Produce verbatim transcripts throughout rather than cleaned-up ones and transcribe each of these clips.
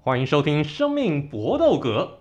欢迎收听《生命搏斗格》。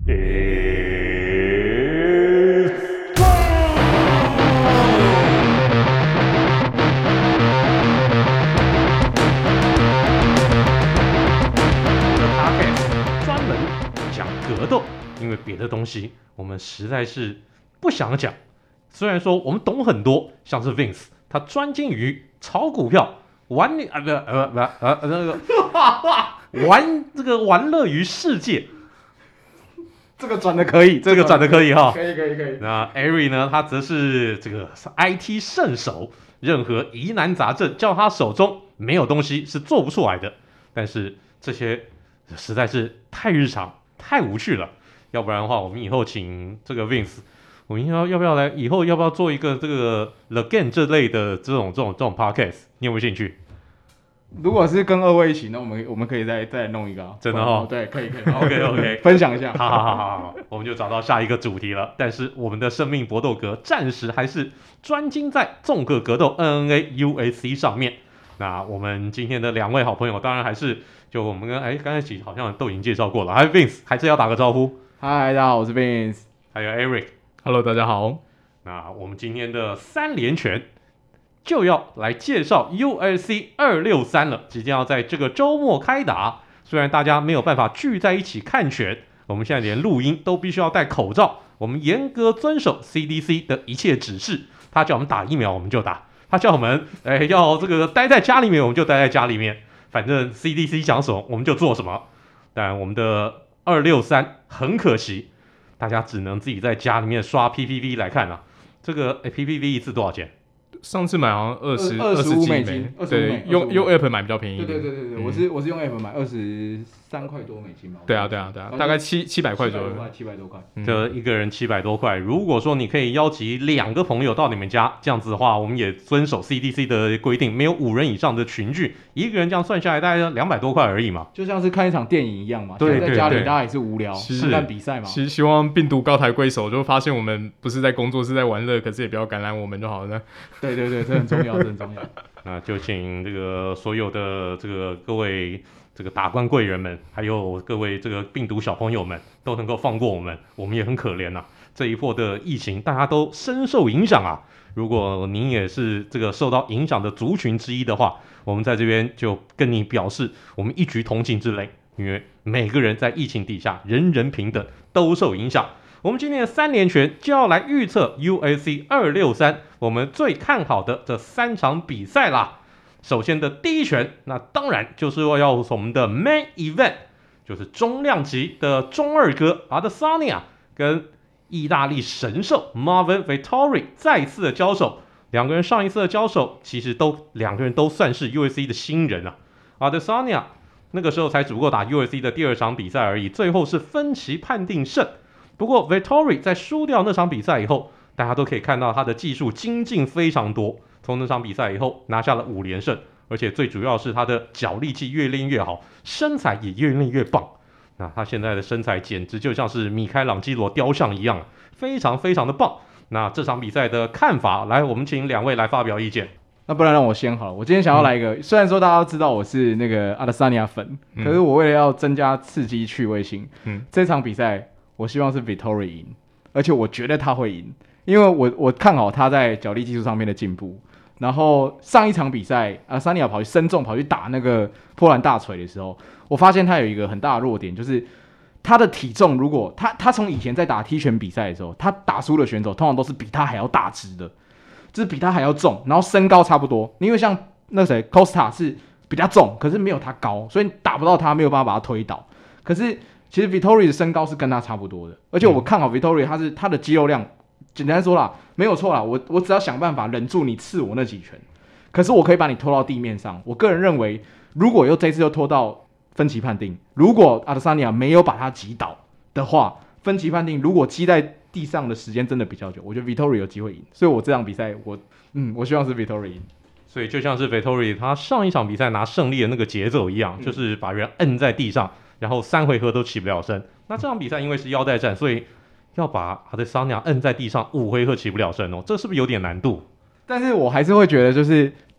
我的 podcast 专门讲格斗，因为别的东西我们实在是不想讲。虽然说我们懂很多，像是 Vince， 他专精于炒股票。玩啊不呃不呃那个玩这个玩乐于世界， 这个转的可以， 这个转的可以哈， 可以可以可以。 那 Ari 呢，他则是这个 I T 圣手，任何疑难杂症叫他手中没有东西是做不出来的。但是这些实在是太日常、太无趣了，要不然的话，我们以后请这个 Vince。我们要要不要来？以后要不要做一个这个 The Game 这类的这种这种这种 podcast？ 你有没有兴趣？ 如果是跟二位一起，那我们我们可以再再弄一个、啊， 真的哦， 对，可以可以 ，OK OK， 分享一下。 好好好好好，我们就找到下一个主题了。但是我们的生命搏斗格暂时还是专精在纵个格斗 N N A、U F C 上面。那我们今天的两位好朋友，当然还是就我们跟哎刚才起好像都已经介绍过了，还有 Vince 还是要打个招呼。 嗨，大家好，我是 Vince， 还有 Eric。 Hello， 大家好。 那我们今天的三连拳就要来介绍 U F C 二六三了，即将要在这个周末开打。虽然大家没有办法聚在一起看拳，我们现在连录音都必须要戴口罩，我们严格遵守 C D C 的一切指示。他叫我们打疫苗，我们就打；他叫我们哎要这个待在家里面，我们就待在家里面。反正 C D C 讲什么，我们就做什么。但我们的二六三很可惜，大家只能自己在家里面刷 P P V 来看啊。这个 P P V 一次多少钱？ 上次买好像二十二十五美金， 美对，用用 App 买比较便宜一点。 对对对对对，嗯、我是我是用 App 买二十三块多美金嘛。 对啊对啊对啊，大概七七百块左右。 七百多块， 这一个人七百多块。如果说你可以邀集两个朋友到你们家，这样子的话，我们也遵守 C D C 的规定，没有五人以上的群聚，一个人这样算下来大概两百多块而已嘛。 就像是看一场电影一样嘛。 对， 在家里大家也是无聊， 是看比赛嘛。 希希望病毒高抬贵手，就发现我们不是在工作，是在玩乐，可是也不要感染我们就好了呢。 对对对，这很重要。很重要， 那就请这个所有的这个各位这个达官贵人们，还有各位这个病毒小朋友们，都能够放过我们，我们也很可怜呐、啊。这一波的疫情，大家都深受影响啊。如果您也是这个受到影响的族群之一的话，我们在这边就跟你表示，我们一举同情之类，因为每个人在疫情底下，人人平等，都受影响。我们今天的三连拳就要来预测 U F C 二六三我们最看好的这三场比赛啦。首先的第一拳，那当然就是要我们的 Main Event， 就是中量级的中二哥 Adesanya 跟意大利神兽 Marvin Vettori 再次的交手。两个人上一次的交手，其实都两个人都算是 U F C 的新人啊。Adesanya 那个时候才只不过打 U F C 的第二场比赛而已，最后是分歧判定胜。不过 Vettori 在输掉那场比赛以后，大家都可以看到他的技术精进非常多。从那场比赛以后拿下了五连胜，而且最主要是他的脚力气越练越好，身材也越练越棒。那他现在的身材简直就像是米开朗基罗雕像一样，非常非常的棒。那这场比赛的看法，来，我们请两位来发表意见。 那不然让我先好了，我今天想要来一个，嗯、虽然说大家都知道我是那个阿德萨尼亚粉、嗯，可是我为了要增加刺激趣味性，嗯，这场比赛我希望是 Vettori 赢，而且我觉得他会赢，因为我我看好他在脚力技术上面的进步。然后上一场比赛，阿德萨尼亚跑去身重跑去打那个波兰大锤的时候，我发现他有一个很大的弱点，就是他的体重，如果他他从以前在打踢拳比赛的时候，他打输的选手通常都是比他还要大只的。就是比他还要重，然后身高差不多。因为像那谁 Costa 是比他重，可是没有他高，所以打不到他，没有办法把他推倒。可是其实 Vettori 的身高是跟他差不多的，而且我看好 Vettori， 他是他的肌肉量，简单说啦，没有错啦，我我只要想办法忍住你刺我那几拳，可是我可以把你拖到地面上。我个人认为，如果又这次又拖到分歧判定，如果阿德萨尼亚没有把他击倒的话，分歧判定如果击在地上的时间真的比较久，我觉得 Vettori 有机会赢，所以我这场比赛我嗯我希望是 Vettori 赢。 所以就像是 Vettori 他上一场比赛拿胜利的那个节奏一样、嗯，就是把人摁在地上，然后三回合都起不了身。那这场比赛因为是腰带战，所以要把阿德萨尼亚摁在地上五回合起不了身哦，这是不是有点难度？ 但是我还是会觉得就是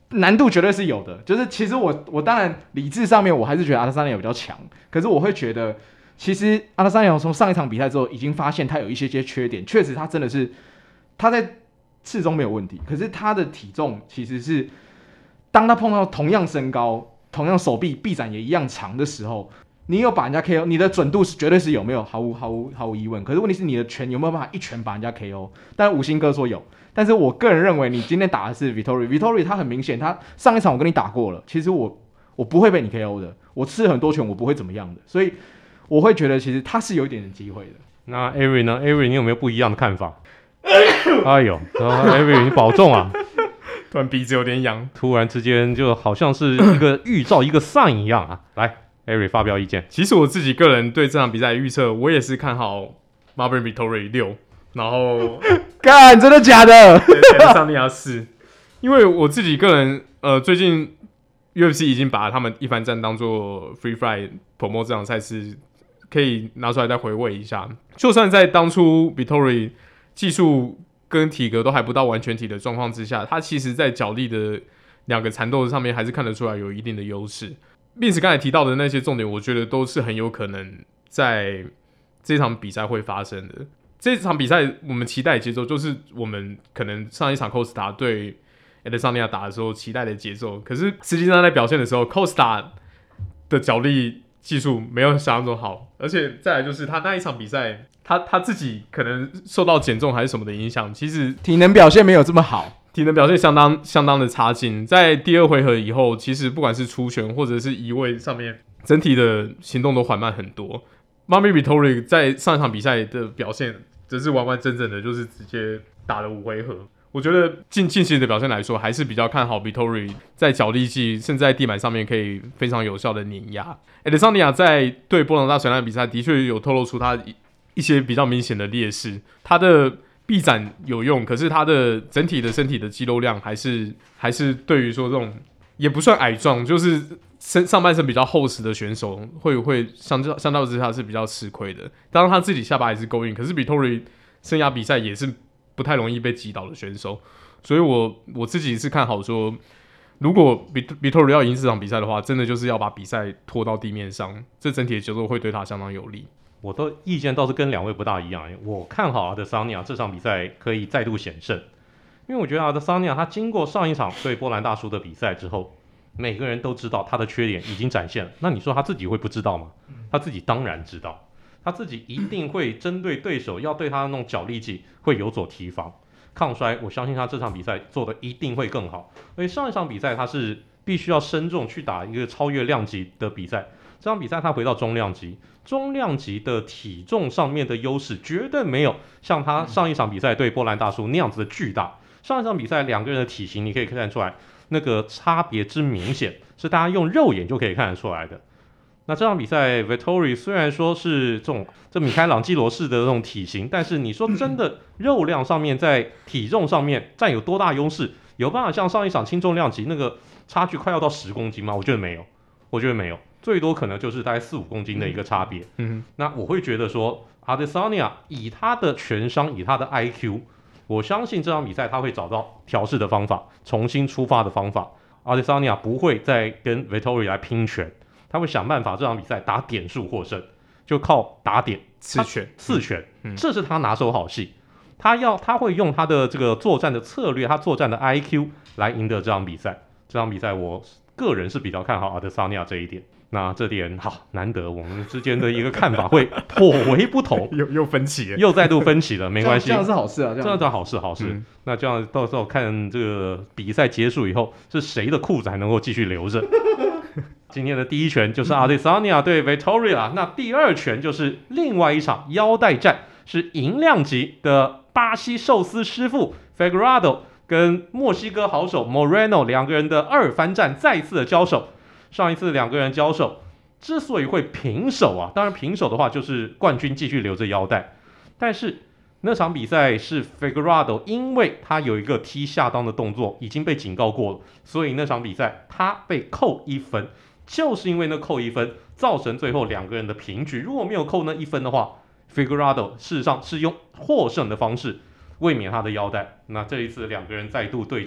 难度绝对是有的。就是其实我我当然理智上面我还是觉得阿德萨尼亚比较强，可是我会觉得其实阿德萨尼亚从上一场比赛之后已经发现他有一些些缺点，确实他真的是他在次中没有问题，可是他的体重其实是当他碰到同样身高、同样手臂臂展也一样长的时候。你有把人家 K O， 你的准度是绝对是有没有毫无毫无毫无疑问。可是问题是你的拳有没有办法一拳把人家 K O？ 但五星哥说有，但是我个人认为你今天打的是 Vettori，Vettori 他很明显，他上一场我跟你打过了，其实我我不会被你 K O 的，我吃很多拳我不会怎么样的，所以我会觉得其实他是有一点点机会的。 那 Avery 呢 ？Avery 你有没有不一样的看法？哎呦 ，Avery 你保重啊！ 突然鼻子有点痒， 突然之间就好像是一个预兆，一个 sign 一样啊！来。Avery 发表意见。 其实我自己个人对这场比赛的预测，我也是看好 Marvin Vettori 六，然后干真的假的？ 桑尼亚四，因为我自己个人呃最近 U F C 已经把他们一番战当做 Free Fight promote 这场赛事，可以拿出来再回味一下。就算在当初 Vettori 技术跟体格都还不到完全体的状况之下，他其实在脚力的两个缠斗上面还是看得出来有一定的优势。并且刚才提到的那些重点，我觉得都是很有可能在这场比赛会发生的。这场比赛我们期待的节奏，就是我们可能上一场 Costa 对 Adesanya 打的时候期待的节奏。可是实际上在表现的时候 ，Costa 的脚力技术没有想象中好，而且再来就是他那一场比赛，他他自己可能受到减重还是什么的影响，其实体能表现没有这么好。 体能表现相当相当的差劲，在第二回合以后，其实不管是出拳或者是移位上面，整体的行动都缓慢很多。Marvin Vettori 在上一场比赛的表现，则是完完整整的，就是直接打了五回合。我觉得近近期的表现来说，还是比较看好 Vettori 在脚力技，甚至在地板上面可以非常有效的碾压。Adesanya 在对波朗大水烂比赛，的确有透露出他一些比较明显的劣势，他的臂展有用，可是他的整体的身体的肌肉量还是还是对于说这种也不算矮壮，就是身上半身比较厚实的选手会会相较相较之下是比较吃亏的。当然他自己下巴还是够硬，可是 Vettori 生涯比赛也是不太容易被击倒的选手，所以我我自己是看好说，如果 Vettori 要赢这场比赛的话，真的就是要把比赛拖到地面上，这整体的节奏会对他相当有利。 我的意见倒是跟两位不大一样，我看好阿德桑尼亚这场比赛可以再度险胜，因为我觉得阿德桑尼亚他经过上一场对波兰大叔的比赛之后，每个人都知道他的缺点已经展现了，那你说他自己会不知道吗？他自己当然知道，他自己一定会针对对手要对他的那种脚力技会有所提防，抗摔我相信他这场比赛做的一定会更好。而且上一场比赛他是必须要身重去打一个超越量级的比赛，这场比赛他回到中量级，中量级的体重上面的优势绝对没有像他上一场比赛对波兰大叔那样子的巨大。上一场比赛两个人的体型你可以看得出来，那个差别之明显是大家用肉眼就可以看得出来的。那这场比赛 Vettori 虽然说是这种这米开朗基罗式的这种体型，但是你说真的肉量上面在体重上面占有多大优势？有办法像上一场轻重量级那个差距快要到十公斤吗？我觉得没有，我觉得没有，最多可能就是大概四五公斤的一个差别。嗯，那我会觉得说 Adesanya 以他的拳商，以他的 I Q， 我相信这场比赛他会找到调试的方法，重新出发的方法。Adesanya 不会再跟 Vettori 来拼拳，他会想办法这场比赛打点数获胜，就靠打点刺拳， 刺拳，嗯，这是他拿手好戏。他要他会用他的这个作战的策略，他作战的 I Q 来赢得这场比赛。这场比赛我个人是比较看好 Adesanya 这一点。那这点好难得，我们之间的一个看法会颇为不同， 又又分歧了， 又再度分歧了，没关系， 这样是好事啊，这样是好事，好事。嗯、那这样到时候看这个比赛结束以后，是谁的裤子还能够继续留着？今天的第一拳就是 Adesanya 对 Vettori 啦，那第二拳就是另外一场腰带战，是银量级的巴西寿司师傅 Figueiredo 跟墨西哥好手 Moreno 两个人的二番战再次的交手。上一次两个人交手之所以会平手啊，当然平手的话就是冠军继续留着腰带，但是那场比赛是 Figueiredo 因为他有一个踢下裆的动作已经被警告过了，所以那场比赛他被扣一分，就是因为那扣一分造成最后两个人的平局。如果没有扣那一分的话， Figueiredo 事实上是用获胜的方式卫冕他的腰带。那这一次两个人再度对战，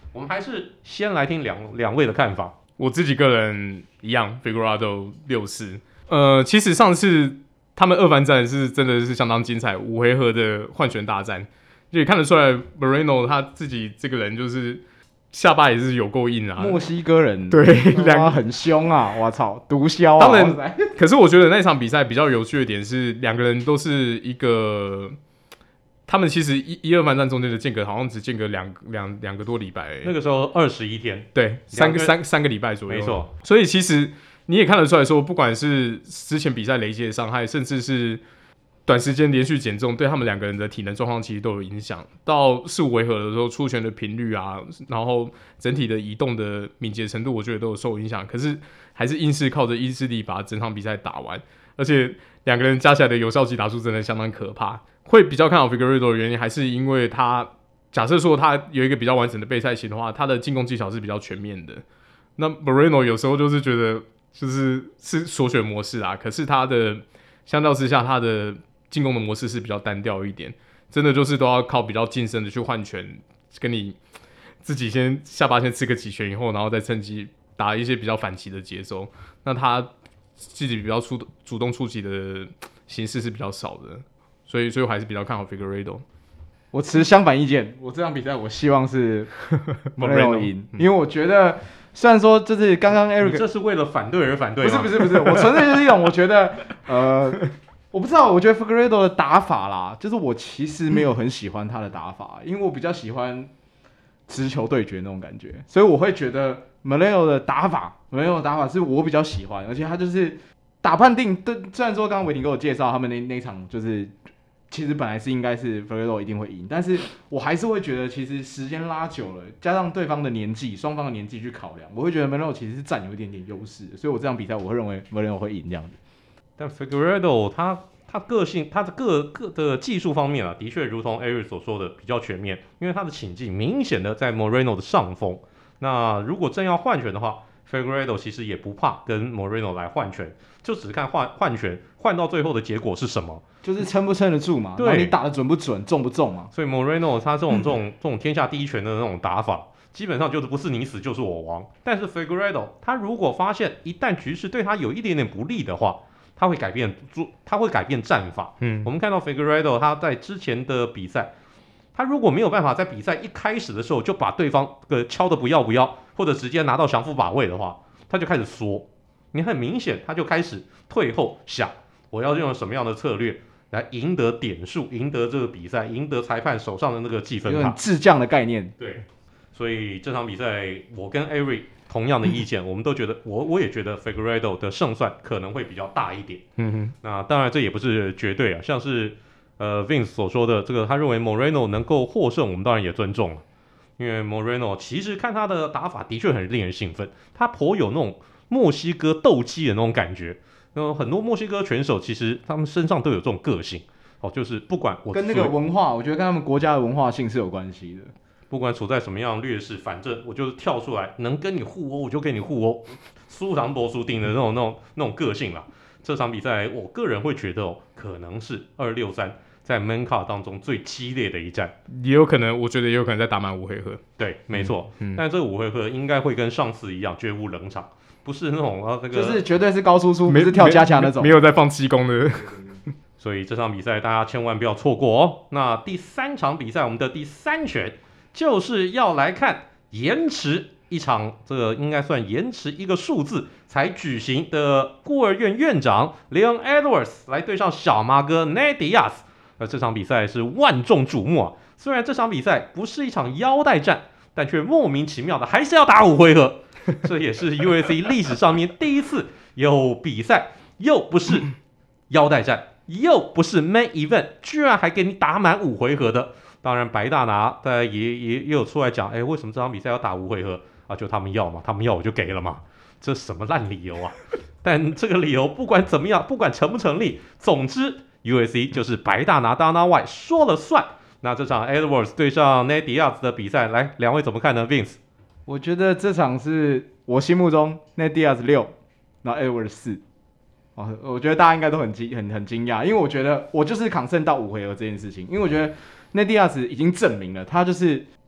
我们还是先来听两两位的看法。 我自己个人一样 ，Figueroa 六四。呃，其实上次他们二番战是真的是相当精彩，五回合的换拳大战，就也看得出来 Moreno 他自己这个人就是下巴也是有够硬啊， 墨西哥人对， 两个很凶啊，我操，毒枭啊！ 当然，可是我觉得那场比赛比较有趣的点是，两个人都是一个。他们其实一一二番战中间的间隔好像只间隔两两两个多礼拜、欸， 那个时候二十一天， 对，三个三三个礼拜左右， 没错。 所以其实你也看得出来说，不管是之前比赛累积的伤害，甚至是短时间连续减重，对他们两个人的体能状况其实都有影响。到四五回合的时候，出拳的频率啊，然后整体的移动的敏捷程度，我觉得都有受影响。可是还是硬是靠着意志力把整场比赛打完，而且两个人加起来的有效击打数真的相当可怕。会比较看好 Figueroa 的原因，还是因为他假设说他有一个比较完整的备赛型的话，他的进攻技巧是比较全面的。那 Moreno 有时候就是觉得就是是所选模式啊，可是他的相较之下，他的进攻的模式是比较单调一点，真的就是都要靠比较近身的去换拳，跟你自己先下巴先吃个几拳以后，然后再趁机打一些比较反击的节奏。那他自己比较出主动出击的形式是比较少的。所以，所以我还是比较看好 Figueroa。 我持相反意见，我这场比赛我希望是 Moreno 赢，因为我觉得虽然说就是刚刚 Eric 这是为了反对而反对吗？ 不是不是不是，我纯粹就是一种我觉得呃，我不知道，我觉得 Figueroa 的打法啦，就是我其实没有很喜欢他的打法，因为我比较喜欢直球对决那种感觉，所以我会觉得 Moreno 的打法 ，Moreno 的打法是我比较喜欢，而且他就是打判定，对，虽然说刚刚伟霆给我介绍他们那那场就是。其实本来是应该是 Figueroa 一定会赢，但是我还是会觉得，其实时间拉久了，加上对方的年纪，双方的年纪去考量，我会觉得 Moreno 其实是占有一点点优势的，所以我这场比赛我会认为 Moreno 会赢这样子。 但 Figueroa 他他个性，他的各各的技术方面啊，的确如同 Eric 所说的比较全面，因为他的倾技明显的在 Moreno 的上风。那如果真要换拳的话 ，Figueroa 其实也不怕跟 Moreno 来换拳，就只看换换拳换到最后的结果是什么。 就是撑不撑得住嘛，然后你打得准不准，重不重嘛。 所以 Moreno 他这种这种这种天下第一拳的那种打法，基本上就是不是你死就是我亡。但是 Figueroa 他如果发现一旦局势对他有一点点不利的话，他会改变他会改变战法。嗯，我们看到 Figueroa 他在之前的比赛，他如果没有办法在比赛一开始的时候就把对方呃敲得不要不要，或者直接拿到降服把位的话，他就开始缩。你很明显他就开始退后想，我要用什么样的策略来赢得点数，赢得这个比赛，赢得裁判手上的那个计分卡， 有点智将的概念。 对，所以这场比赛我跟 Eric 同样的意见，我们都觉得，我我也觉得 Figueroa 的胜算可能会比较大一点。嗯哼，那当然这也不是绝对啊，像是呃 Vince 所说的这个，他认为 Moreno 能够获胜，我们当然也尊重了，因为 Moreno 其实看他的打法的确很令人兴奋，他颇有那种墨西哥斗鸡的那种感觉。那很多墨西哥拳手其实他们身上都有这种个性，哦，就是不管我跟那个文化，我觉得跟他们国家的文化性是有关系的。 不管处在什么样的劣势，反正我就是跳出来，能跟你互殴我就跟你互殴，输糖搏输定的那种那种那种个性啦。这场比赛，我个人会觉得、哦、可能是二六三在 Main Card 当中最激烈的一战， 也有可能，我觉得也有可能再打满五回合。 对，没错。嗯嗯、但这五回合应该会跟上次一样，绝无冷场。不是那种啊，那个就是绝对是高输出，不是跳加强那种， 没有在放气功的。 所以这场比赛大家千万不要错过哦。那第三场比赛，我们的第三拳就是要来看延迟一场，这个应该算延迟一个数字才举行的孤儿院院长 Leon Edwards 来对上小马哥 Nate Diaz。而这场比赛是万众瞩目啊！虽然这场比赛不是一场腰带战，但却莫名其妙的还是要打五回合。这也是 U F C 历史上面第一次有比赛，又不是腰带战，又不是 Main Event， 居然还给你打满五回合的。当然，白大拿大家也也也有出来讲，哎，为什么这场比赛要打五回合啊？就他们要嘛，他们要我就给了嘛，这什么烂理由啊？但这个理由不管怎么样，不管成不成立，总之 U F C 就是白大拿 Dana White 说了算。那这场 Edwards 对上 Nate Diaz 的比赛，来，两位怎么看呢 ？Vince？ 我觉得这场是我心目中 Nate Diaz 六，然后 Edwards 四。哦，我觉得大家应该都很惊很很惊讶，因为我觉得我就是扛胜到五回合这件事情，因为我觉得 Nate Diaz 已经证明了他就是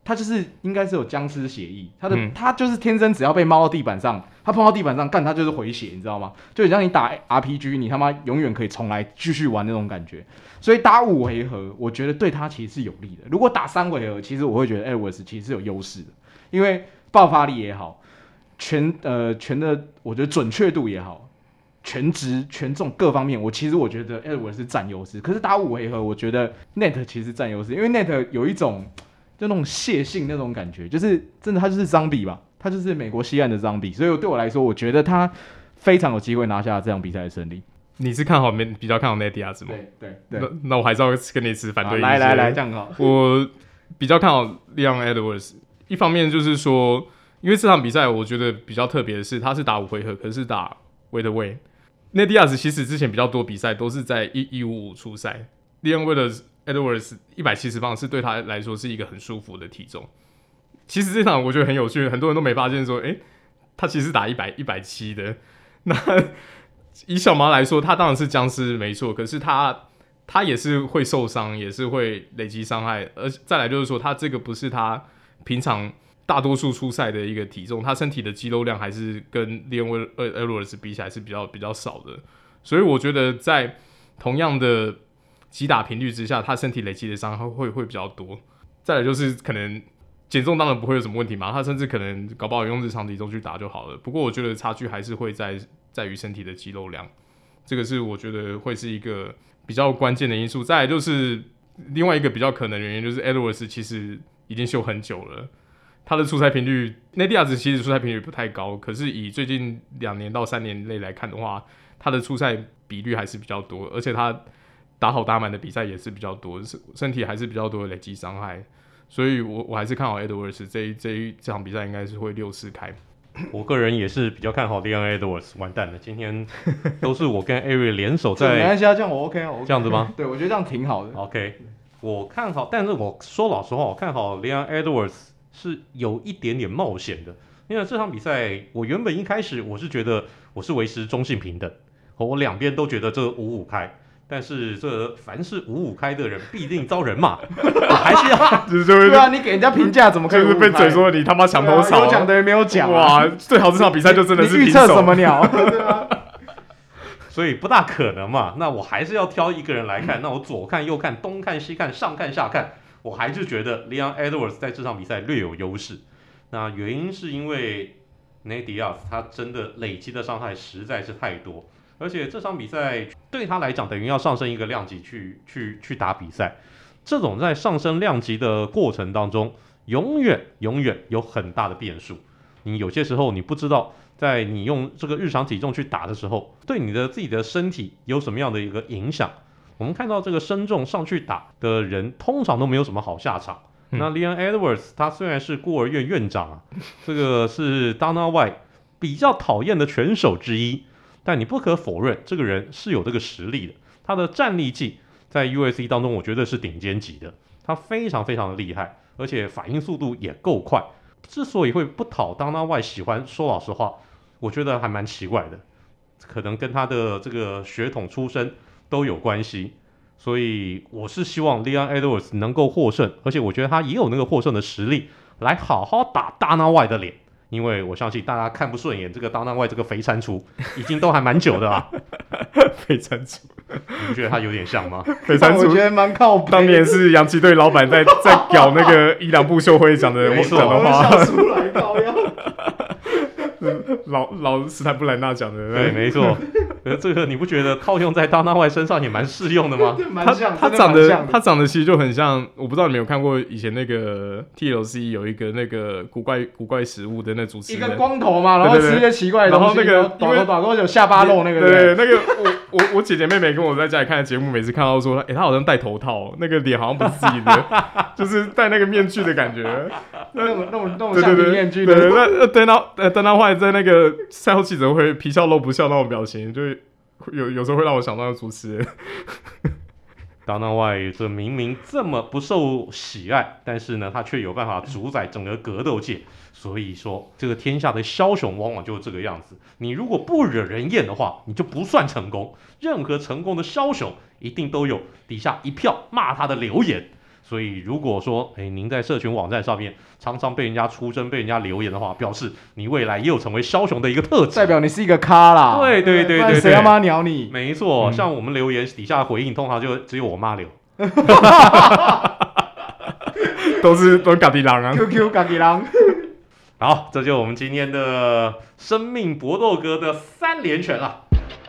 他就是应该是有僵尸血液，他的、 嗯、 他就是天生只要被猫到地板上，他碰到地板上干他就是回血，你知道吗？就很像你打 R P G， 你他妈永远可以重来继续玩那种感觉。所以打五回合，我觉得对他其实是有利的。如果打三回合，其实我会觉得 Edwards 其实是有优势的，因为爆发力也好，拳呃拳的我觉得准确度也好，全职权重各方面，我其实我觉得 Edwards 是占优势。可是打五回合，我觉得 Net 其实占优势，因为 Net 有一种就那种血性那种感觉，就是真的他就是 zombie 吧，他就是美国西岸的 zombie， 所以对我来说，我觉得他非常有机会拿下这场比赛的胜利。 你是看好比较看好 Nate Diaz 吗？ 对对对。 那, 那我还是要跟你持反对意见。 来来来，这样好。 我比较看好 Leon Edwards， 一方面就是说，因为这场比赛我觉得比较特别的是，他是打五回合，可是打 Welterweight。Nate Diaz 其实之前比较多比赛都是在一五五出赛 ，Leon Edwards 一百七十磅是对他来说是一个很舒服的体重。其实这场我觉得很有趣，很多人都没发现说，哎、欸，他其实打一百一百七的。那以小麻来说，他当然是僵尸没错，可是他他也是会受伤，也是会累积伤害，而再来就是说，他这个不是他平常大多数出赛的一个体重，他身体的肌肉量还是跟 Leon Edwards 比起来是比较比较少的，所以我觉得在同样的击打频率之下，他身体累积的伤害会会比较多。再来就是可能减重当然不会有什么问题嘛，他甚至可能搞不好用日常体重去打就好了。不过我觉得差距还是会在在于身体的肌肉量，这个是我觉得会是一个比较关键的因素。再来就是另外一个比较可能的原因，就是 Edwards 其实已经休很久了，他的出赛频率 Nate Diaz 其实出赛频率不太高，可是以最近两年到三年内来看的话，他的出赛比率还是比较多，而且他打好打满的比赛也是比较多，身体还是比较多的累积伤害，所以我我还是看好 Edwards 这一这一这场比赛应该是会六四开。 我个人也是比较看好 Leon Edwards， 完蛋了，今天都是我跟 Ari 联手在。 没关系啊，这样我 OK 啊， 这样子吗？ 对，我觉得这样挺好的。 OK， 我看好，但是我说老实话，我看好 Leon Edwards 是有一点点冒险的，因为这场比赛我原本一开始我是觉得我是维持中性平等，我两边都觉得这五五开。但是这凡是五五开的人必定遭人骂，我还是要就是对啊，你给人家评价怎么可以就是被嘴说你他妈墙头草、啊， 有讲的也没有讲、 啊，哇，最好这场比赛就真的是你预测什么鸟？对啊， 所以不大可能嘛。那我还是要挑一个人来看，那我左看右看东看西看上看下看，我还是觉得 Leon Edwards 在这场比赛略有优势。那原因是因为 Nate Diaz 他真的累积的伤害实在是太多。而且这场比赛对他来讲，等于要上升一个量级去去去打比赛。这种在上升量级的过程当中，永远永远有很大的变数。你有些时候你不知道，在你用这个日常体重去打的时候，对你的自己的身体有什么样的一个影响。我们看到这个身重上去打的人，通常都没有什么好下场。嗯、那 Leon Edwards 他虽然是孤儿院院长啊，这个是 Dana White 比较讨厌的拳手之一。但你不可否认，这个人是有这个实力的。他的战力技在 U F C 当中，我觉得是顶尖级的。他非常非常的厉害，而且反应速度也够快。之所以会不讨Dana White喜欢，说老实话，我觉得还蛮奇怪的，可能跟他的这个血统出身都有关系。所以我是希望 Leon Edwards 能够获胜，而且我觉得他也有那个获胜的实力，来好好打Dana White的脸。因为我相信大家看不顺眼这个Dana White这个肥蟾蜍，已经都还蛮久的啦。 肥蟾蜍， 你不觉得他有点像吗？ 肥蟾蜍， 我觉得蛮靠谱。 当年是洋基队老板在在搞那个伊朗部秀会讲的讲的话， 笑出来高腰。 老老史坦布兰纳讲的， 对，没错。呃，这个你不觉得套用在Dana White身上也蛮适用的吗？ 他他长得他长得其实就很像，我不知道你们有看过以前那个 T L C 有一个那个古怪古怪食物的那主持人， 一个光头嘛，然后吃一些奇怪的东西， 然后那个短头短头有下巴露那个， 对，那个我我我姐姐妹妹跟我在家里看的节目，每次看到说，哎、欸，他好像戴头套，那个脸好像不是自己的，就是戴那个面具的感觉， 那种那种那种橡皮面具的。 对对对，那等到呃等到后来在那个赛后记者会皮笑肉不笑那种表情，就有有时候会让我想到主持人。 Dana White 这明明这么不受喜爱，但是呢，他却有办法主宰整个格斗界。所以说，这个天下的枭雄往往就是这个样子。你如果不惹人厌的话，你就不算成功。任何成功的枭雄，一定都有底下一票骂他的留言。 所以如果说，哎，您在社群网站上面常常被人家出征、被人家留言的话，表示你未来也有成为枭雄的一个特质， 代表你是一个咖啦。 对对对对对， 谁他妈鸟你？ 没错，嗯、像我们留言底下的回应，通常就只有我妈留， 都是都是嘎迪狼啊 ，Q Q 嘎迪狼。 好，这就是我们今天的生命搏斗歌的三连拳了。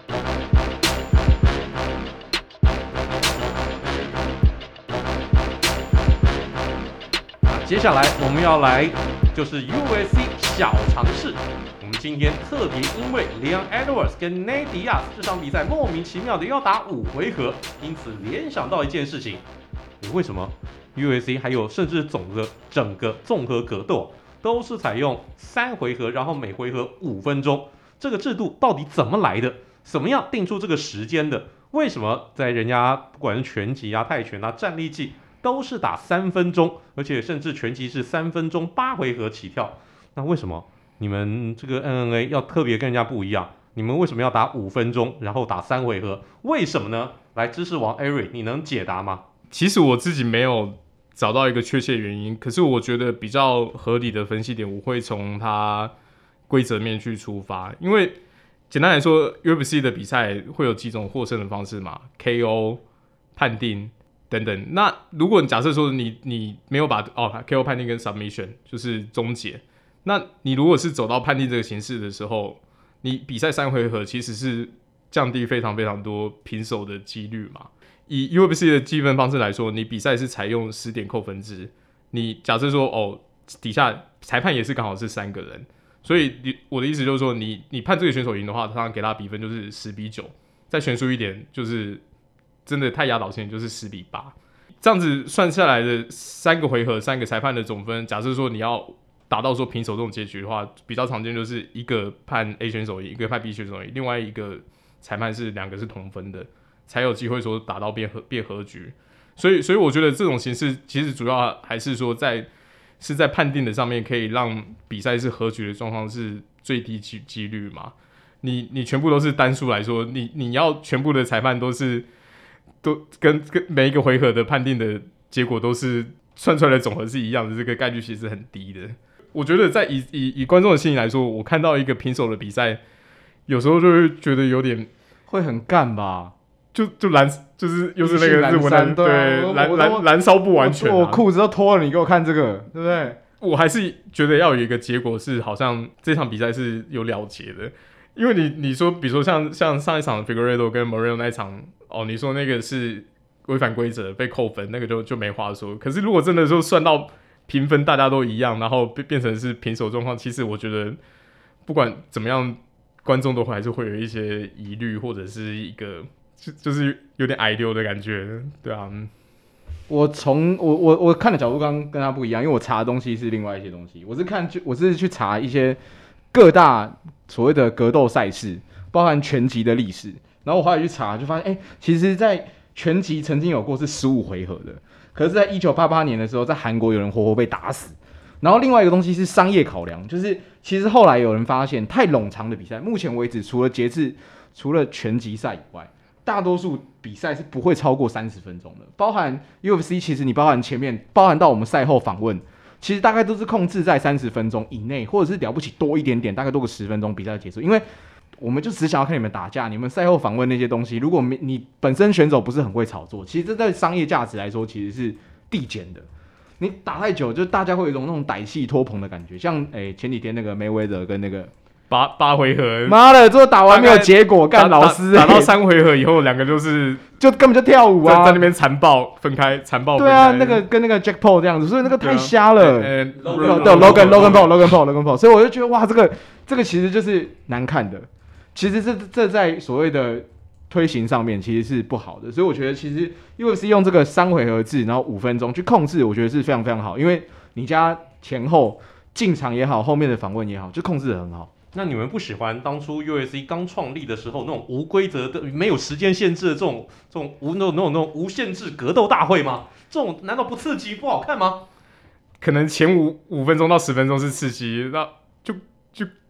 接下来我们要来就是 U F C 小尝试。我们今天特别因为 Leon Edwards 跟 Nate Diaz 这场比赛莫名其妙的要打五回合，因此联想到一件事情：你为什么 U F C 还有甚至总个整个综合格斗都是采用三回合，然后每回合五分钟？这个制度到底怎么来的？怎么样定出这个时间的？为什么在人家不管是拳击啊、泰拳啊、站立技都是打三分钟，而且甚至拳击是三分钟八回合起跳？那为什么你们这个 N N A 要特别跟人家不一样？你们为什么要打五分钟，然后打三回合？为什么呢？来，知识王 Eric， 你能解答吗？ 其实我自己没有找到一个确切原因，可是我觉得比较合理的分析点，我会从它规则面去出发。因为简单来说 ，U F C 的比赛会有几种获胜的方式嘛 ，K O、判定等等。那如果你假设说你你没有把哦 K O 判定跟 submission 就是终结，那你如果是走到判定这个形式的时候，你比赛三回合其实是降低非常非常多平手的几率嘛。以 U F C 的积分方式来说，你比赛是采用十点扣分制。你假设说哦，底下裁判也是刚好是三个人，所以你我的意思就是说，你你判这个选手赢的话，他给他比分就是十比九，再悬殊一点就是真的太压倒性，就是十比八。这样子算下来的三个回合，三个裁判的总分，假设说你要达到说平手这种结局的话，比较常见就是一个判 A 选手赢，一个判 B 选手赢，另外一个裁判是两个是同分的，才有机会说打到变和变和局。所以，所以我觉得这种形式其实主要还是说在是在判定的上面可以让比赛是和局的状况是最低几率嘛。你你全部都是单数来说，你你要全部的裁判都是都跟跟每一个回合的判定的结果都是算出来的总和是一样的，这个概率其实是很低的。我觉得在以以以观众的心理来说，我看到一个平手的比赛，有时候就会觉得有点会很干吧。 就就燃，就是又是那个日文的对燃燃燃烧不完全、啊。 我裤子都脱了，你给我看这个，对不对？ 我还是觉得要有一个结果是，好像这场比赛是有了结的。因为你你说，比如说像像上一场 Figueiredo 跟 Moreno 那一场，哦，你说那个是违反规则被扣分，那个就就没话说。可是如果真的说算到评分大家都一样，然后变成是平手状况，其实我觉得不管怎么样，观众都还是会有一些疑虑，或者是一个。就就是有点矮溜的感觉，对啊。 我从我我我看的角度刚跟他不一样，因为我查的东西是另外一些东西。我是看我是去查一些各大所谓的格斗赛事，包含拳击的历史。然后我后来去查，就发现，哎、欸，其实，在拳击曾经有过是十五回合的，可是，在一九八八年的时候，在韩国有人活活被打死。然后另外一个东西是商业考量，就是其实后来有人发现，太冗长的比赛，目前为止除了截至除了拳击赛以外。大多数比赛是不会超过三十分钟的，包含 U F C， 其实你包含前面，包含到我们赛后访问，其实大概都是控制在三十分钟以内，或者是了不起多一点点，大概多个十分钟比赛结束。因为我们就只想要看你们打架，你们赛后访问那些东西，如果你本身选手不是很会炒作，其实这在商业价值来说其实是递减的。你打太久，就大家会有一种那种歹戏拖棚的感觉，像诶、欸、前几天那个梅威德跟那个。 八八回合， 妈的，最后打完没有结果，干老师、欸、 打到三回合以后，两个就是就根本就跳舞啊， 在, 在那边残暴分开，残暴分开。 对啊，那个跟那个 Jack Paul 这样子，所以那个太瞎了。 呃、 对 ，Logan Logan Paul Logan Paul Logan Paul， 所以我就觉得哇，这个这个其实就是难看的，其实这这在所谓的推行上面其实是不好的，所以我觉得其实 U F C 用这个三回合制，然后五分钟去控制，我觉得是非常非常好，因为你家前后进场也好，后面的访问也好，就控制得很好。 那你们不喜欢当初 U F C 刚创立的时候那种无规则的、没有时间限制的这种、这种无那种、那种、那种无限制格斗大会吗？这种难道不刺激、不好看吗？ 可能前五五分钟到十分钟是刺激，那就就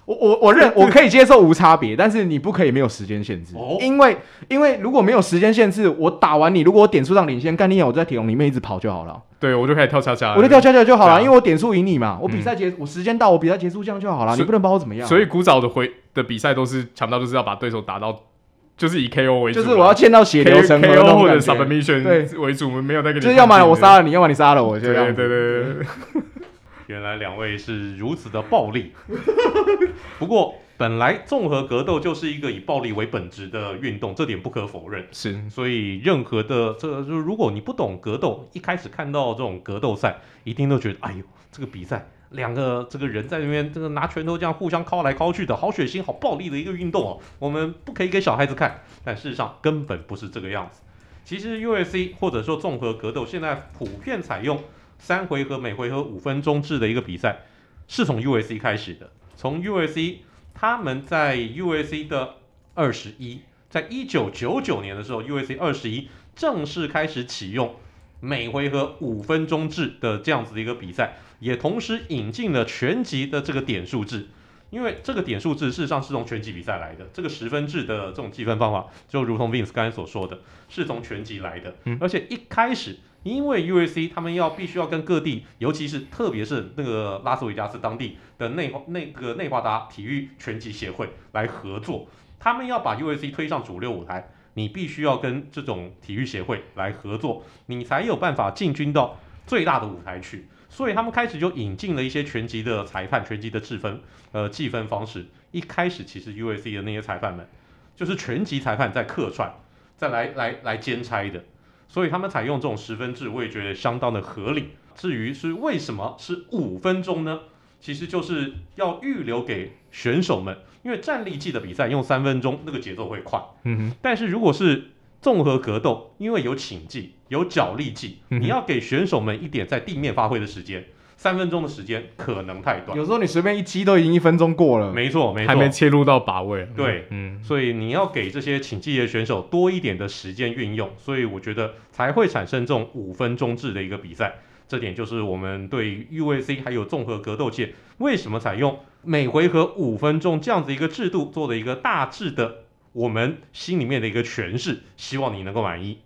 我我我认我可以接受无差别，但是你不可以没有时间限制，哦、因为因为如果没有时间限制，我打完你，如果我点数上领先，干你我在铁笼里面一直跑就好了。 对，我就开始跳恰恰， 我就跳恰恰就好了，啊、因为我点数赢你嘛，我比赛结、嗯、我时间到，我比赛结束这样就好了，你不能把我怎么样。 所以古早的回的比赛都是强调就是要把对手打到。就是以 K O 为主， 就是我要签到血流成河 K O 或者 submission 为主，我们没有在跟你。 就是要么我杀了你，要么你杀了我， 对对对对对。 原来两位是如此的暴力。不过本来综合格斗就是一个以暴力为本质的运动，这点不可否认。 是， 所以任何的这个，如果你不懂格斗，一开始看到这种格斗赛，一定都觉得，哎呦，这个比赛。两个这个人在那边，这个拿拳头这样互相敲来敲去的，好血腥、好暴力的一个运动哦。我们不可以给小孩子看，但事实上根本不是这个样子。其实 U F C 或者说综合格斗现在普遍采用三回合每回合五分钟制的一个比赛，是从 U F C 开始的。从 U F C 他们在 U F C 的二十一，在一九九九年的时候 ，U F C 二十一正式开始启用每回合五分钟制的这样子的一个比赛。也同时引进了拳击的这个点数制，因为这个点数制事实上是从拳击比赛来的，这个十分制的这种计分方法，就如同 Vince 刚才所说的，是从拳击来的。嗯、而且一开始，因为 U F C 他们要必须要跟各地，尤其是特别是那个拉斯维加斯当地的内那个内华达体育拳击协会来合作，他们要把 U F C 推上主流舞台，你必须要跟这种体育协会来合作，你才有办法进军到最大的舞台去。所以他们开始就引进了一些拳击的裁判、拳击的制分、呃计分方式。一开始其实 U F C 的那些裁判们，就是拳击裁判在客串，再来来来兼差的。所以他们采用这种十分制，我也觉得相当的合理。至于是为什么是五分钟呢？其实就是要预留给选手们，因为站立技的比赛用三分钟，那个节奏会快。嗯哼。但是如果是综合格斗，因为有倾技、有脚力技，你要给选手们一点在地面发挥的时间。三分钟的时间可能太短， 有时候你随便一击都已经一分钟过了。 没错，没错， 还没切入到把位。 对，嗯，所以你要给这些倾技的选手多一点的时间运用，所以我觉得才会产生这种五分钟制的一个比赛。这点就是我们对 U F C 还有综合格斗界为什么采用每回合五分钟这样子一个制度做的一个大致的我们心里面的一个诠释，希望你能够满意。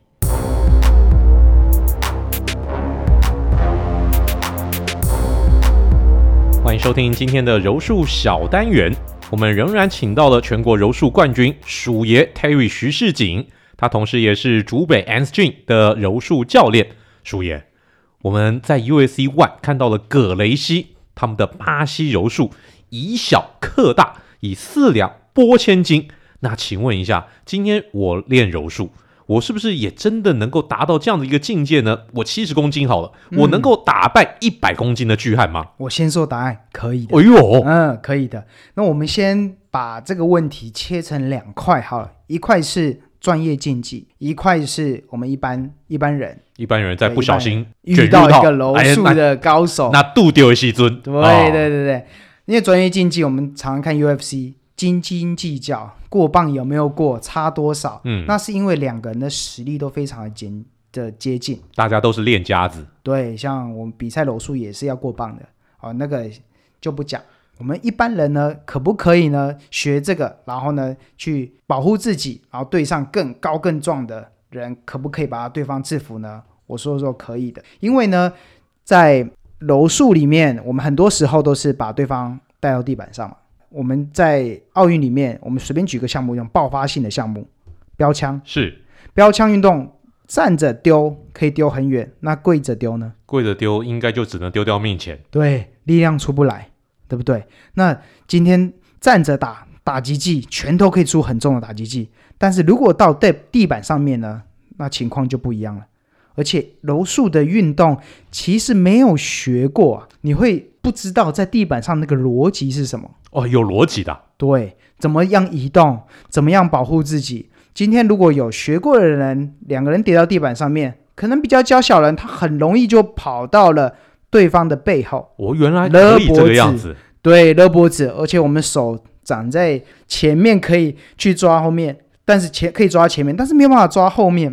欢迎收听今天的柔术小单元，我们仍然请到了全国柔术冠军鼠爷 Terry 徐世锦，他同时也是竹北 Ans Gym 的柔术教练。鼠爷，我们在 U F C One 看到了葛雷西他们的巴西柔术以小克大，以四两拨千斤。那请问一下，今天我练柔术，我是不是也真的能够达到这样的一个境界呢？我七十公斤好了，嗯、我能够打败一百公斤的巨汉吗？ 我先说答案，可以的。 哎呦， 嗯，可以的。那我们先把这个问题切成两块好了，一块是专业竞技，一块是我们一般一般人。 一般人在不小心遇到一个柔术的高手， 那度丢的时阵， 对、哦、对对对，因为专业竞技我们常常看 U F C。斤斤计较，过磅有没有过，差多少？嗯，那是因为两个人的实力都非常的接的接近， 大家都是练家子。 对，像我们比赛柔术也是要过磅的，哦，那个就不讲。我们一般人呢，可不可以呢学这个，然后呢去保护自己，然后对上更高更壮的人，可不可以把对方制服呢？我说说可以的，因为呢，在柔术里面，我们很多时候都是把对方带到地板上嘛。我们在奥运里面，我们随便举个项目，用爆发性的项目，标枪是标枪运动，站着丢可以丢很远，那跪着丢呢？ 跪着丢应该就只能丢掉面前， 对，力量出不来，对不对？那今天站着打打击技，拳头可以出很重的打击技，但是如果到地板上面呢，那情况就不一样了。而且柔术的运动其实没有学过、啊，你会不知道在地板上那个逻辑是什么。 哦，有逻辑的。 对，怎么样移动，怎么样保护自己。今天如果有学过的人，两个人跌到地板上面，可能比较娇小人，他很容易就跑到了对方的背后。 哦，原来可以这个样子。 对，勒脖子，而且我们手长在前面，可以去抓后面，但是前可以抓前面，但是没有办法抓后面。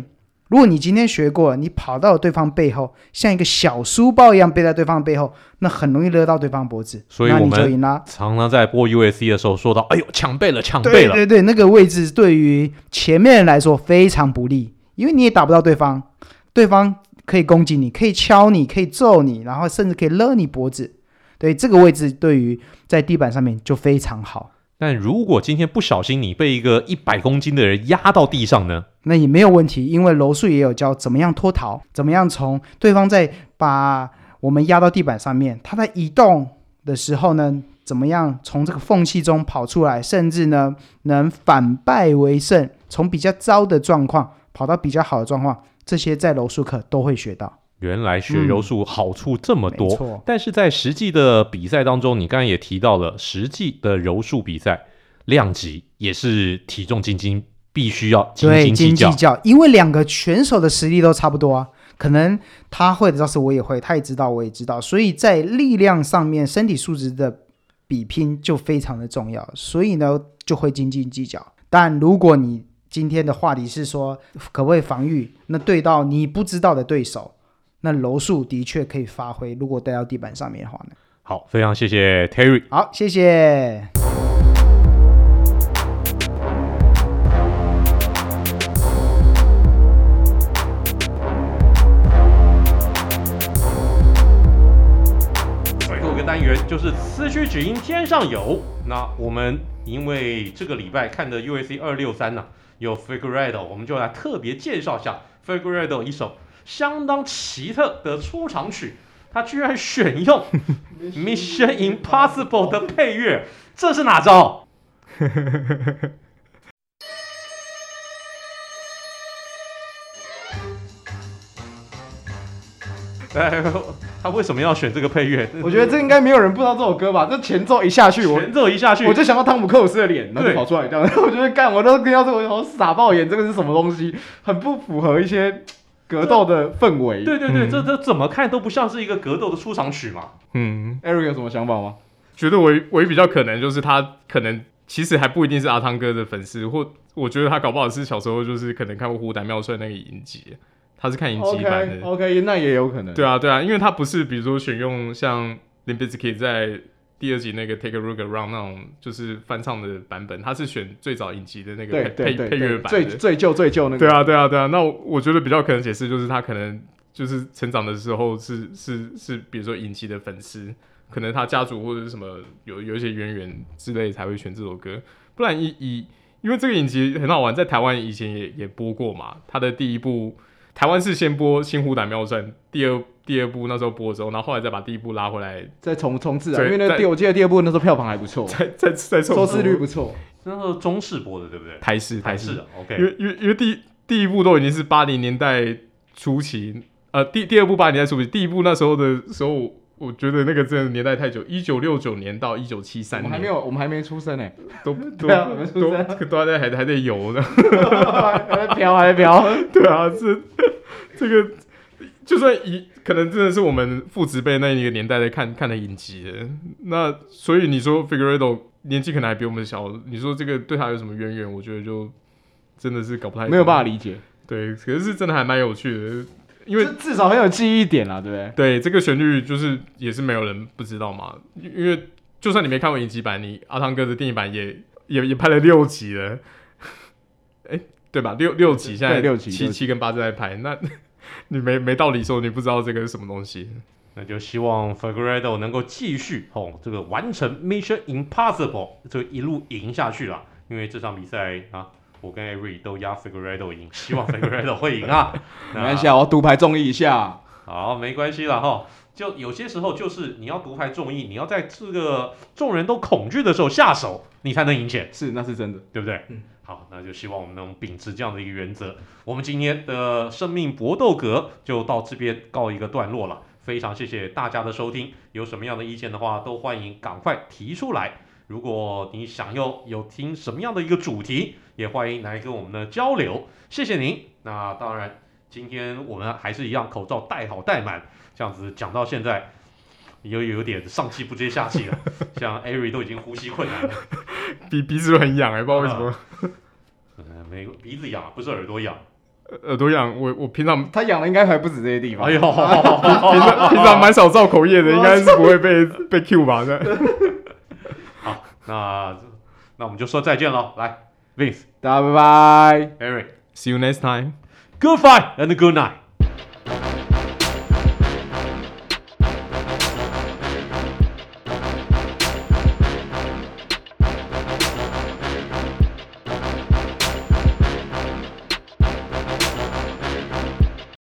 如果你今天学过了，你跑到对方背后，像一个小书包一样背在对方背后，那很容易勒到对方脖子， 所以我那你就赢们啦。 常常在播 U F C 的时候说到，哎呦，抢背了，抢背了。 对对对，那个位置对于前面人来说非常不利，因为你也打不到对方，对方可以攻击你，可以敲你，可以揍你，然后甚至可以勒你脖子。对，这个位置对于在地板上面就非常好。 但如果今天不小心你被一个一百公斤的人压到地上呢？ 那也没有问题，因为柔术也有教怎么样脱逃，怎么样从对方在把我们压到地板上面，他在移动的时候呢，怎么样从这个缝隙中跑出来，甚至呢能反败为胜，从比较糟的状况跑到比较好的状况，这些在柔术课都会学到。 原来学柔术好处这么多， 嗯、 但是在实际的比赛当中，你刚才也提到了，实际的柔术比赛量级也是体重斤斤必须要斤斤计较， 对，斤斤计较，因为两个选手的实力都差不多啊，可能他会的招式我也会，他也知道我也知道，所以在力量上面身体素质的比拼就非常的重要，所以呢就会斤斤计较。但如果你今天的话题是说可不可以防御，那对到你不知道的对手，那柔术的确可以发挥，如果带到地板上面的话呢。 好，非常谢谢 Terry。 好，谢谢。 最后一个单元就是此曲只应天上有。那我们因为这个礼拜看的 U F C 二六三呢，有 Figueiredo， 我们就来特别介绍一下 Figueiredo 一首相当奇特的出场曲，他居然选用 Mission Impossible 的配乐，这是哪招？哎，他为什么要选这个配乐？ 我觉得这应该没有人不知道这首歌吧？这前奏一下去，我前奏一下去， 我就想到汤姆克鲁斯的脸，然后就跑出来这样。我觉得干，我都听到这个，我傻爆眼，这个是什么东西？很不符合一些格斗的氛围。 对对对， 嗯、 这这怎么看都不像是一个格斗的出场曲嘛。 嗯 ，Eric 有什么想法吗？ 觉得唯唯一比较可能就是他可能其实还不一定是阿汤哥的粉丝，或我觉得他搞不好是小时候就是可能看过《虎胆妙帅》那个影集。他是看影集版的 ，OK， okay 那也有可能。 对啊，对啊，因为他不是比如说选用像 Limp Bizkit 在第二集那个 Take a Look Around 那种就是翻唱的版本，他是选最早影集的那个配配乐版的， 最最旧最旧那个。 对啊，对啊，对啊。那我觉得比较可能解释就是他可能就是成长的时候是是是，比如说影集的粉丝，可能他家族或者是什么有有一些渊源之类才会选这首歌，不然以以因为这个影集很好玩，在台湾以前也也播过嘛，他的第一部。台湾是先播《新虎胆妙传》，第二第二部那时候播的时候，然后后来再把第一部拉回来， 再重重置啊。因为那个第我记得第二部那时候票房还不错， 再再再收视率不错。 那时候中视播的对不对？ 台视台视 ，OK。 因为因为因为第第一部都已经是八零年代初期，呃，第第二部八零年代初期，第一部那时候的时候。我觉得那个真的年代太久，一九六九年到一九七三年， 我们还没有，我们还没出生呢， 都都对啊，没出生， 都都还在还还在游呢， 还在飘，还在飘， 对啊，这这个就算以可能真的是我们父执辈那一个年代在看看的影集的，那所以你说 Figueiredo 年纪可能还比我们小，你说这个对他有什么渊源？我觉得就真的是搞不太懂， 没有办法理解， 对，可是是真的还蛮有趣的。因为至少很有记忆点啦，对不对？ 对，这个旋律就是也是没有人不知道嘛。因为就算你没看过影集版，你阿汤哥的电影版也也也拍了六集了，哎，对吧？六六集，现在六集， 七七跟八正在拍，那你没没道理说你不知道这个是什么东西。 那就希望 Figueiredo 能够继续哦，这个完成 Mission Impossible， 这一路赢下去了。因为这场比赛啊。我跟 Avery 都压 Figueiredo 赢，希望 Figueiredo 会赢啊！ 没关系啊，我赌牌中意一下。 好，没关系啦哈。就有些时候就是你要独排众议，你要在这个众人都恐惧的时候下手，你才能赢钱。 是，那是真的， 对不对？ 嗯。 好，那就希望我们能秉持这样的一个原则。我们今天的生命搏斗格就到这边告一个段落了。非常谢谢大家的收听，有什么样的意见的话，都欢迎赶快提出来。如果你想要有听什么样的一个主题，也欢迎来跟我们的交流，谢谢您。那当然，今天我们还是一样，口罩戴好戴满，这样子讲到现在，又有点上气不接下气了。像 Ari 都已经呼吸困难了， 鼻鼻子都很痒哎、欸，不知道为什么。 呃，没鼻子痒，不是耳朵痒。 耳朵痒，我我平常他养的应该还不止这些地方。 哎呦， 平常平常蛮少造口业的，应该是不会被被 Q 吧？ 好，那那我们就说再见喽。来 ，Vince， 大家拜拜 Eric， See you next time. Good fight and good night.